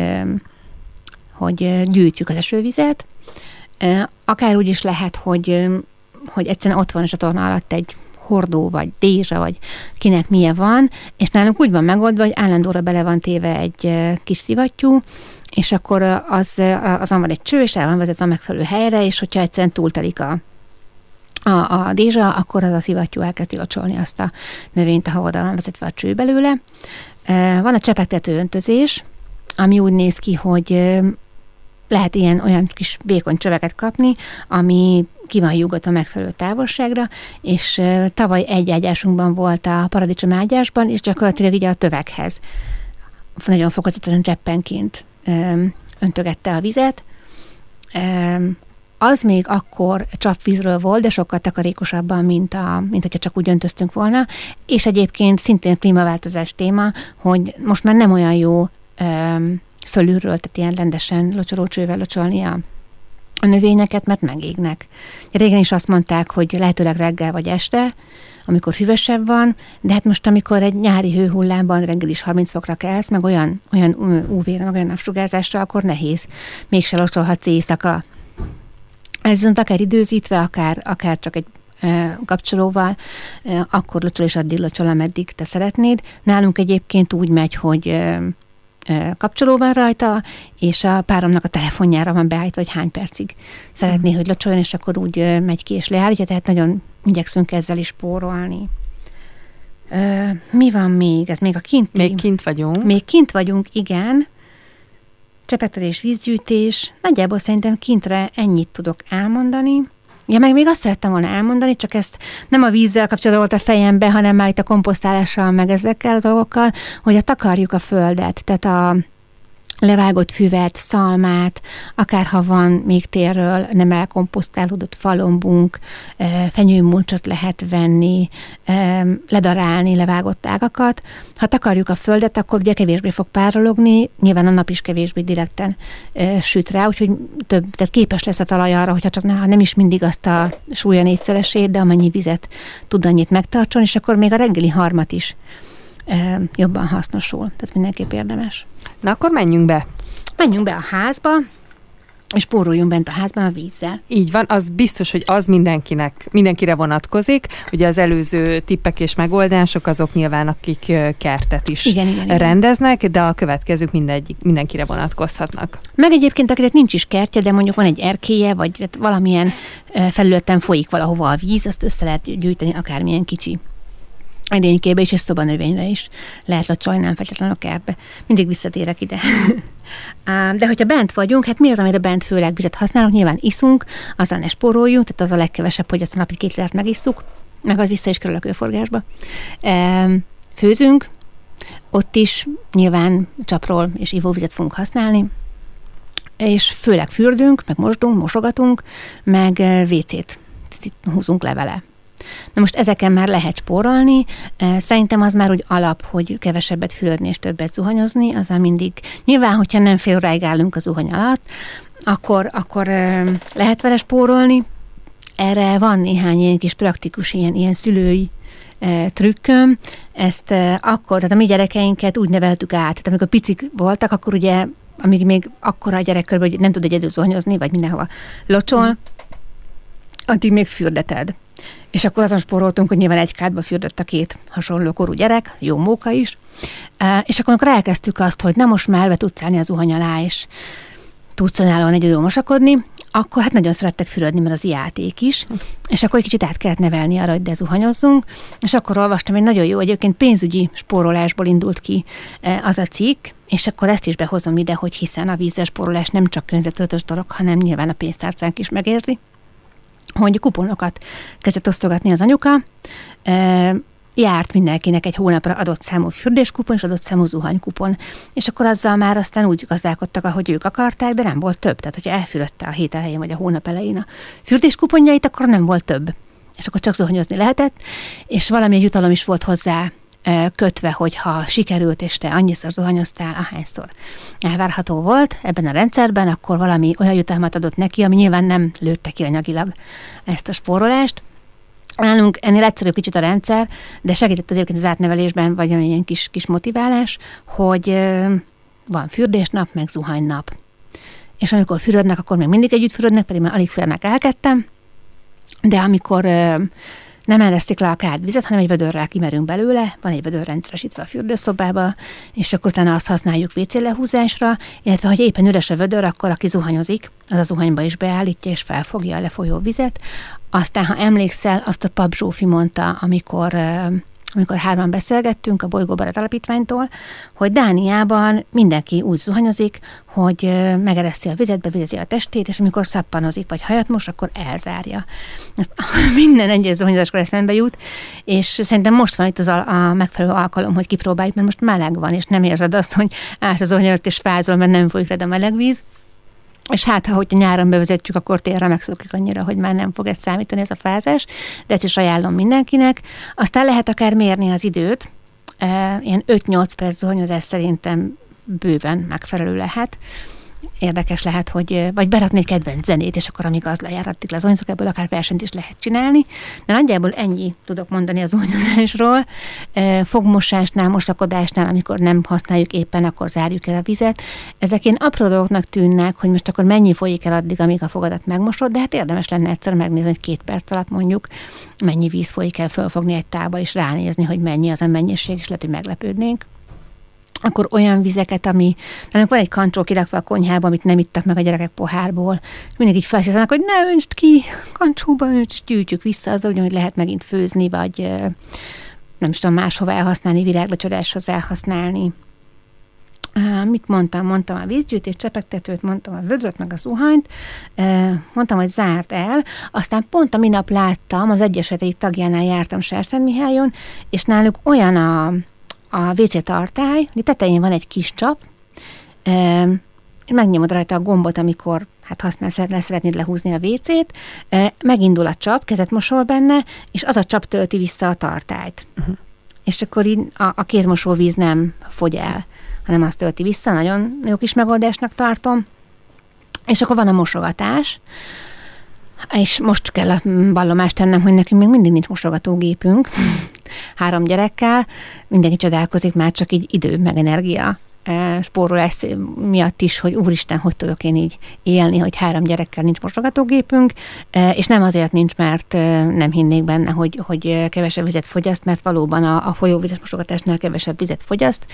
hogy gyűjtjük az esővizet. Akár úgy is lehet, hogy, hogy egyszerűen ott van a csatorna alatt egy hordó, vagy dézsa, vagy kinek milyen van, és nálunk úgy van megoldva, hogy állandóra bele van téve egy kis szivattyú, és akkor az, azon van egy cső, és el van vezetve a megfelelő helyre, és hogyha egyszerűen túltelik a, a, a dézsa, akkor az a szivattyú elkezdi locsolni azt a növényt, ahol oda van vezetve a cső belőle. Van a csepegtető öntözés, ami úgy néz ki, hogy lehet ilyen olyan kis vékony csöveket kapni, ami ki van júgott a megfelelő távolságra, és tavaly egy ágyásunkban volt a paradicsom ágyásban, és gyakorlatilag így a tövekhez nagyon fokozatosan cseppenként öntögette a vizet. Az még akkor csapvízről volt, de sokkal takarékosabban, mint, a, mint hogyha csak úgy öntöztünk volna, és egyébként szintén klímaváltozás téma, hogy most már nem olyan jó fölülről, tehát ilyen rendesen locsolócsővel locsolni a, a növényeket, mert megégnek. Régen is azt mondták, hogy lehetőleg reggel vagy este, amikor hűvösebb van, de hát most, amikor egy nyári hőhullámban reggel is harminc fokra kelsz, meg olyan, olyan ú vé-re, meg olyan napsugárzásra, akkor nehéz. Mégse locsolhatsz éjszaka. Ez viszont akár időzítve, akár, akár csak egy e, kapcsolóval, e, akkor locsol és addig locsol, ameddig te szeretnéd. Nálunk egyébként úgy megy, hogy e, kapcsoló van rajta, és a páromnak a telefonjára van beállítva, hogy hány percig szeretné, hogy locsoljon, és akkor úgy megy ki és leállítja, tehát nagyon igyekszünk ezzel is spórolni. Mi van még? Ez még a kint? Még kint vagyunk. Még kint vagyunk, igen. Csepegtetés, vízgyűjtés. Nagyjából szerintem kintre ennyit tudok elmondani. Ja, meg még azt szerettem volna elmondani, csak ezt nem a vízzel kapcsolatban volt a fejembe, hanem már itt a komposztálással, meg ezekkel a dolgokkal, hogy a takarjuk a földet, tehát a levágott füvet, szalmát, akárha van még térről nem elkomposztálódott falombunk, fenyőmulcsot lehet venni, ledarálni levágott ágakat. Ha takarjuk a földet, akkor ugye kevésbé fog párologni, nyilván a nap is kevésbé direkten süt rá, úgyhogy több, tehát képes lesz a talaj arra, hogyha csak nem is mindig azt a súlya négyszeresét, de amennyi vizet tud annyit megtartson, és akkor még a reggeli harmat is jobban hasznosul. Tehát mindenképp érdemes. Na akkor menjünk be. Menjünk be a házba, és spóroljunk bent a házban a vízzel. Így van, az biztos, hogy az mindenkinek, mindenkire vonatkozik. Ugye az előző tippek és megoldások azok nyilván, akik kertet is igen, igen, rendeznek, igen. De a következők mindegyik, mindenkire vonatkozhatnak. Meg egyébként, akinek nincs is kertje, de mondjuk van egy erkélye, vagy valamilyen felületen folyik valahova a víz, azt össze lehet gyűjteni akármilyen kicsi edénykébe is, és szobanövényre is lehet locsolni, nem feltétlenül a kertbe. Mindig visszatérek ide. De hogyha bent vagyunk, hát mi az, amire bent főleg vizet használunk? Nyilván iszunk, azzal ne spóroljunk, tehát az a legkevesebb, hogy azt a napi két litert megisszuk, meg az vissza is kerül a körforgásba. Főzünk, ott is nyilván csapról és ivóvizet fogunk használni, és főleg fürdünk, meg mosdunk, mosogatunk, meg vécét húzunk le vele. Na most ezeken már lehet spórolni, szerintem az már úgy alap, hogy kevesebbet fürödni és többet zuhanyozni, azzal mindig, nyilván, hogyha nem fél óráig állunk a zuhany alatt, akkor, akkor lehet vele spórolni. Erre van néhány ilyen kis praktikus, ilyen, ilyen szülői trükköm. Ezt akkor, tehát a mi gyerekeinket úgy neveltük át, tehát amikor picik voltak, akkor ugye, amíg még akkora a gyerekkörben, hogy nem tud egyedül zuhanyozni, vagy mindenhova locsol, mm. addig még fürdeted. És akkor azon spóroltunk, hogy nyilván egy kádba fürdött a két hasonló korú gyerek, jó móka is. És akkor, amikor elkezdtük azt, hogy na most már be tudsz állni az zuhany alá, és tudsz önállóan egyedül mosakodni, akkor hát nagyon szerettek fürödni, mert az játék is, és akkor egy kicsit át kellett nevelni arra, hogy de zuhanyozzunk, és akkor olvastam, egy nagyon jó, egyébként pénzügyi spórolásból indult ki az a cikk, és akkor ezt is behozom ide, hogy hiszen a vízzel spórolás nem csak környezettudatos dolog, hanem nyilván a pénztárcánk is megérzi, hogy kuponokat kezdett osztogatni az anyuka, járt mindenkinek egy hónapra adott számú fürdéskupon és adott számú zuhanykupon. És akkor azzal már aztán úgy gazdálkodtak, ahogy ők akarták, de nem volt több. Tehát, hogyha elfürödte a hét elején vagy a hónap elején a fürdéskuponjait, akkor nem volt több. És akkor csak zuhanyozni lehetett, és valami jutalom is volt hozzá kötve, hogy ha sikerült, és te annyiszor zuhanyoztál, ahányszor elvárható volt ebben a rendszerben, akkor valami olyan jutalmat adott neki, ami nyilván nem lőtte ki anyagilag ezt a spórolást. Nálunk ennél egyszerűbb kicsit a rendszer, de segített az egyébként az átnevelésben, vagy ilyen kis, kis motiválás, hogy van fürdésnap, meg zuhanynap. És amikor fürödnek, akkor még mindig együtt fürödnek, pedig már alig férnek el ketten, de amikor nem eresztik le a kádvizet, hanem egy vödörrel kimerünk belőle, van egy vödör rendszeresítve a fürdőszobába, és akkor utána azt használjuk vé cé lehúzásra, illetve ha éppen üres a vödör, akkor aki zuhanyozik, az a zuhanyba is beállítja, és felfogja a lefolyó vizet. Aztán, ha emlékszel, azt a Pap Zsófi mondta, amikor, amikor hárman beszélgettünk a Bolygóbarát Alapítványtól, hogy Dániában mindenki úgy zuhanyozik, hogy megereszti a vizet, bevizezi a testét, és amikor szappanozik, vagy hajat mos, akkor elzárja. Ezt minden egyes zuhanyozáskor eszembe jut, és szerintem most van itt az a, a megfelelő alkalom, hogy kipróbáljuk, mert most meleg van, és nem érzed azt, hogy állsz az zuhany előtt, és fázol, mert nem folyik rád a meleg víz. És hát, ha hogyha nyáron bevezetjük, akkor térre megszokjuk annyira, hogy már nem fog ez számítani, ez a fázás, de ezt is ajánlom mindenkinek. Aztán lehet akár mérni az időt, ilyen öt-nyolc perc zuhanyozás szerintem bőven megfelelő lehet. Érdekes lehet, hogy vagy berakni egy kedvenc zenét, és akkor amíg az lejár, addig lezuhanyozok, ebből akár versenyt is lehet csinálni. De nagyjából ennyi tudok mondani a zuhanyozásról. Fogmosásnál, mosakodásnál, amikor nem használjuk éppen, akkor zárjuk el a vizet. Ezek ilyen apró dolgoknak tűnnek, hogy most akkor mennyi folyik el addig, amíg a fogadat megmosod, de hát érdemes lenne egyszer megnézni, hogy két perc alatt mondjuk mennyi víz folyik el, fölfogni egy tálba, és ránézni, hogy mennyi az a mennyiség, és lehet, hogy meglepődnénk. Akkor olyan vizeket, ami, nálunk van egy kancsó kirakva a konyhába, amit nem ittak meg a gyerekek pohárból, és mindig így felszízanak, hogy ne öntsd ki, kancsóba öntsd, és gyűjtjük vissza, az ugyanúgy lehet megint főzni, vagy nem is tudom, máshova elhasználni, virágbecsodáshoz elhasználni. Mit mondtam? Mondtam a vízgyűjtést, csepegtetőt, mondtam a vödröt, meg a zuhanyt, mondtam, hogy zárt el, aztán pont a minap láttam, az Egyeseteik tagjánál jártam Serszentmihályon, és náluk olyan a a vé cé tartály, de tetején van egy kis csap, e, megnyomod rajta a gombot, amikor hát használsz, szeretnéd lehúzni a vé cét, e, megindul a csap, kezet mosol benne, és az a csap tölti vissza a tartályt. Uh-huh. És akkor így a, a kézmosóvíz nem fogy el, hanem azt tölti vissza, nagyon jó kis megoldásnak tartom. És akkor van a mosogatás, és most kell a vallomást tennem, hogy nekünk még mindig nincs mosogatógépünk, három gyerekkel, mindenki csodálkozik már csak így idő, meg energia spórolás miatt is, hogy úristen, hogy tudok én így élni, hogy három gyerekkel nincs mosogatógépünk, és nem azért nincs, mert nem hinnék benne, hogy, hogy kevesebb vizet fogyaszt, mert valóban a, a folyóvizes mosogatásnál kevesebb vizet fogyaszt.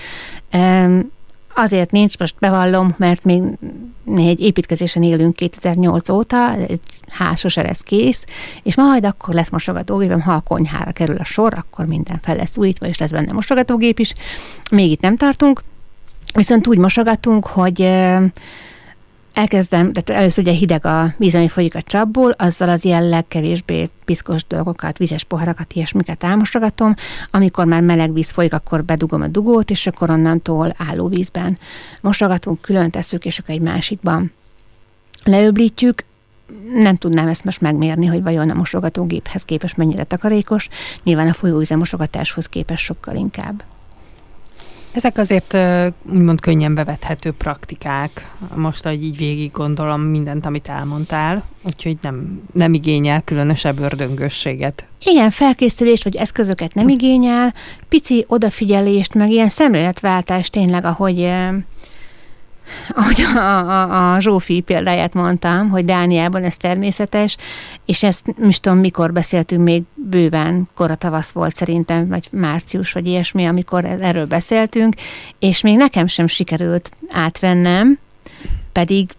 Azért nincs, most bevallom, mert még egy építkezésen élünk kétezer-nyolc óta, egy ház sose lesz kész, és majd akkor lesz mosogatógépem, ha a konyhára kerül a sor, akkor minden fel lesz újítva, és lesz benne mosogatógép is. Még itt nem tartunk, viszont úgy mosogatunk, hogy elkezdem, tehát először ugye hideg a víz, ami folyik a csapból, azzal az jelleg kevésbé piszkos dolgokat, vizes poharakat, ilyesmiket elmosogatom. Amikor már meleg víz folyik, akkor bedugom a dugót, és akkor onnantól álló vízben mosogatunk, külön tesszük, és akkor egy másikban leöblítjük. nem tudnám ezt most megmérni, hogy vajon a mosogatógéphez képest mennyire takarékos, nyilván a folyóvíz mosogatáshoz képest sokkal inkább. Ezek azért úgymond könnyen bevethető praktikák. Most, ahogy így végig gondolom mindent, amit elmondtál, úgyhogy nem, nem igényel különösebb ördöngösséget. Igen, felkészülést vagy eszközöket nem igényel, pici odafigyelést, meg ilyen szemléletváltást tényleg, ahogy... Ahogy a, a, a Zsófi példáját mondtam, hogy Dániában ez természetes, és ezt most tudom, mikor beszéltünk, még bőven kora tavasz volt szerintem, vagy március, vagy ilyesmi, amikor erről beszéltünk, és még nekem sem sikerült átvennem, pedig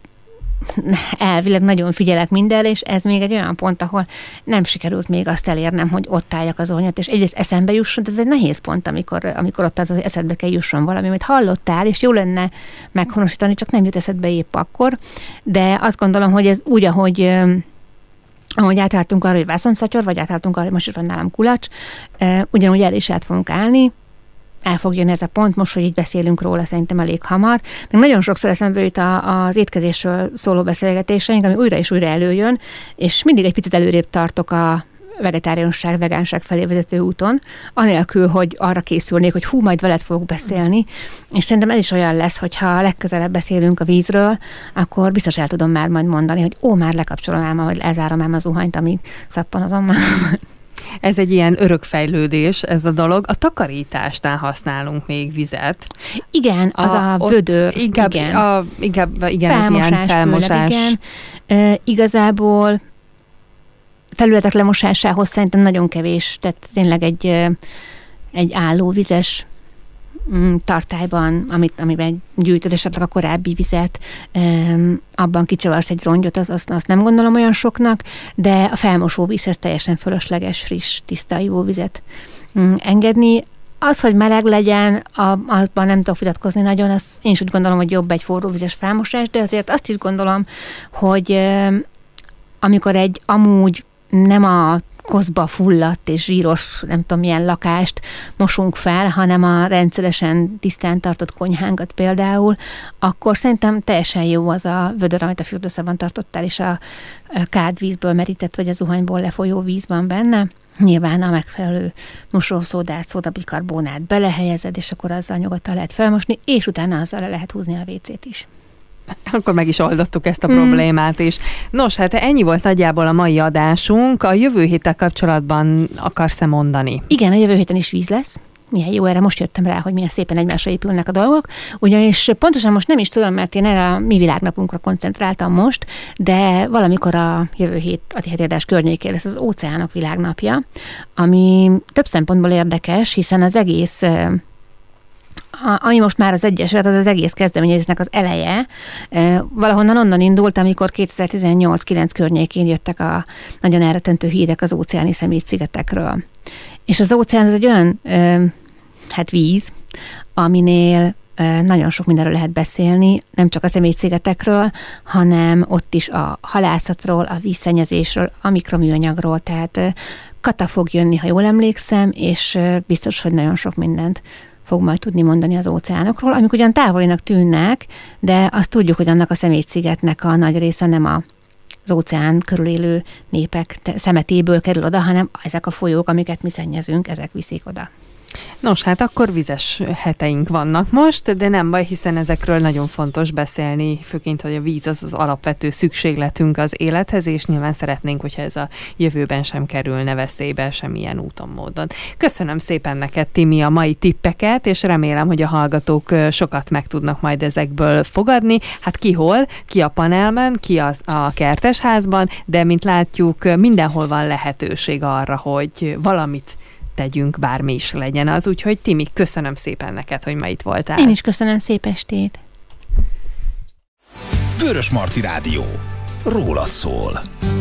elvileg nagyon figyelek mindenre, és ez még egy olyan pont, ahol nem sikerült még azt elérnem, hogy ott álljak az onyat, és egyrészt eszembe jusson, ez egy nehéz pont, amikor, amikor ott az eszedbe kell jusson valami, amit hallottál, és jó lenne meghonosítani, csak nem jut eszedbe épp akkor, de azt gondolom, hogy ez úgy, ahogy ahogy átálltunk arra, hogy vászonszatyor, vagy átálltunk arra, hogy most is van nálam kulacs, ugyanúgy el is át fogunk állni, el fog jönni ez a pont, most, hogy így beszélünk róla, szerintem elég hamar. Még nagyon sokszor eszembe jut az étkezésről szóló beszélgetéseink, ami újra és újra előjön, és mindig egy picit előrébb tartok a vegetáriánság, vegánság felé vezető úton, anélkül, hogy arra készülnék, hogy hú, majd veled fogok beszélni, és szerintem ez is olyan lesz, hogyha legközelebb beszélünk a vízről, akkor biztos el tudom már majd mondani, hogy ó, már lekapcsolom ám, vagy lezárom ám a zuhanyt, amíg szappanozom már. Ez egy ilyen örökfejlődés, ez a dolog. A takarításnál használunk még vizet. Igen, az a, a vödör. Inkább, igen. A, inkább, igen, felmosás, ez ilyen felmosás. Főleg, igen. E, igazából felületek lemosásához szerintem nagyon kevés, tehát tényleg egy, egy állóvizes tartályban, amit, amiben gyűjtöd esetleg a korábbi vizet, um, abban kicsavarsz egy rongyot, az, azt, azt nem gondolom olyan soknak, de a felmosó vízhez teljesen fölösleges, friss, tiszta ivóvizet um, engedni. Az, hogy meleg legyen, a, abban nem tudok vitatkozni nagyon, az, én is úgy gondolom, hogy jobb egy forróvizes felmosás, de azért azt is gondolom, hogy um, amikor egy amúgy nem a koszba fulladt és zsíros, nem tudom milyen lakást mosunk fel, hanem a rendszeresen tisztán tartott konyhánkat például, akkor szerintem teljesen jó az a vödör, amit a fürdőszobában tartottál, és a kádvízből merített, vagy a zuhanyból lefolyó víz van benne. Nyilván a megfelelő mosószódát, szódabikarbonát belehelyezed, és akkor azzal nyugodtan lehet felmosni, és utána azzal le lehet húzni a vécét is. Akkor meg is oldottuk ezt a hmm. problémát is. Nos, hát ennyi volt nagyjából a mai adásunk. A jövő héttel kapcsolatban akarsz-e mondani? Igen, a jövő héten is víz lesz. Milyen jó, erre most jöttem rá, hogy milyen szépen egymásra épülnek a dolgok. Ugyanis pontosan most nem is tudom, mert én erre a mi világnapunkra koncentráltam most, de valamikor a jövő hét, a heti adás környékén lesz az óceánok világnapja, ami több szempontból érdekes, hiszen az egész... ami most már az Egyesület, az az egész kezdeményezésnek az eleje. Valahonnan onnan indult, amikor kétezer-tizennyolc kilenc környékén jöttek a nagyon elrettentő hírek az óceáni szemétszigetekről. És az óceán az egy olyan hát víz, aminél nagyon sok mindenről lehet beszélni, nem csak a szemétszigetekről, hanem ott is a halászatról, a vízszennyezésről, a mikroműanyagról, tehát Kata fog jönni, ha jól emlékszem, és biztos, hogy nagyon sok mindent fog majd tudni mondani az óceánokról, amik ugyan távolinak tűnnek, de azt tudjuk, hogy annak a szemétszigetnek a nagy része nem a az óceán körül élő népek szemetéből kerül oda, hanem ezek a folyók, amiket mi szennyezünk, ezek viszik oda. Nos, hát akkor vizes heteink vannak most, de nem baj, hiszen ezekről nagyon fontos beszélni, főként, hogy a víz az az alapvető szükségletünk az élethez, és nyilván szeretnénk, hogyha ez a jövőben sem kerülne veszélybe semmilyen úton, módon. Köszönöm szépen neked, Timi, a mai tippeket, és remélem, hogy a hallgatók sokat meg tudnak majd ezekből fogadni. Hát ki hol, ki a panelben, ki a, a kertesházban, de mint látjuk, mindenhol van lehetőség arra, hogy valamit tegyünk, bármi is legyen az. Úgyhogy Timi, köszönöm szépen neked, hogy ma itt voltál. Én is köszönöm, szép estét! Vörösmarty Rádió. Rólad szól.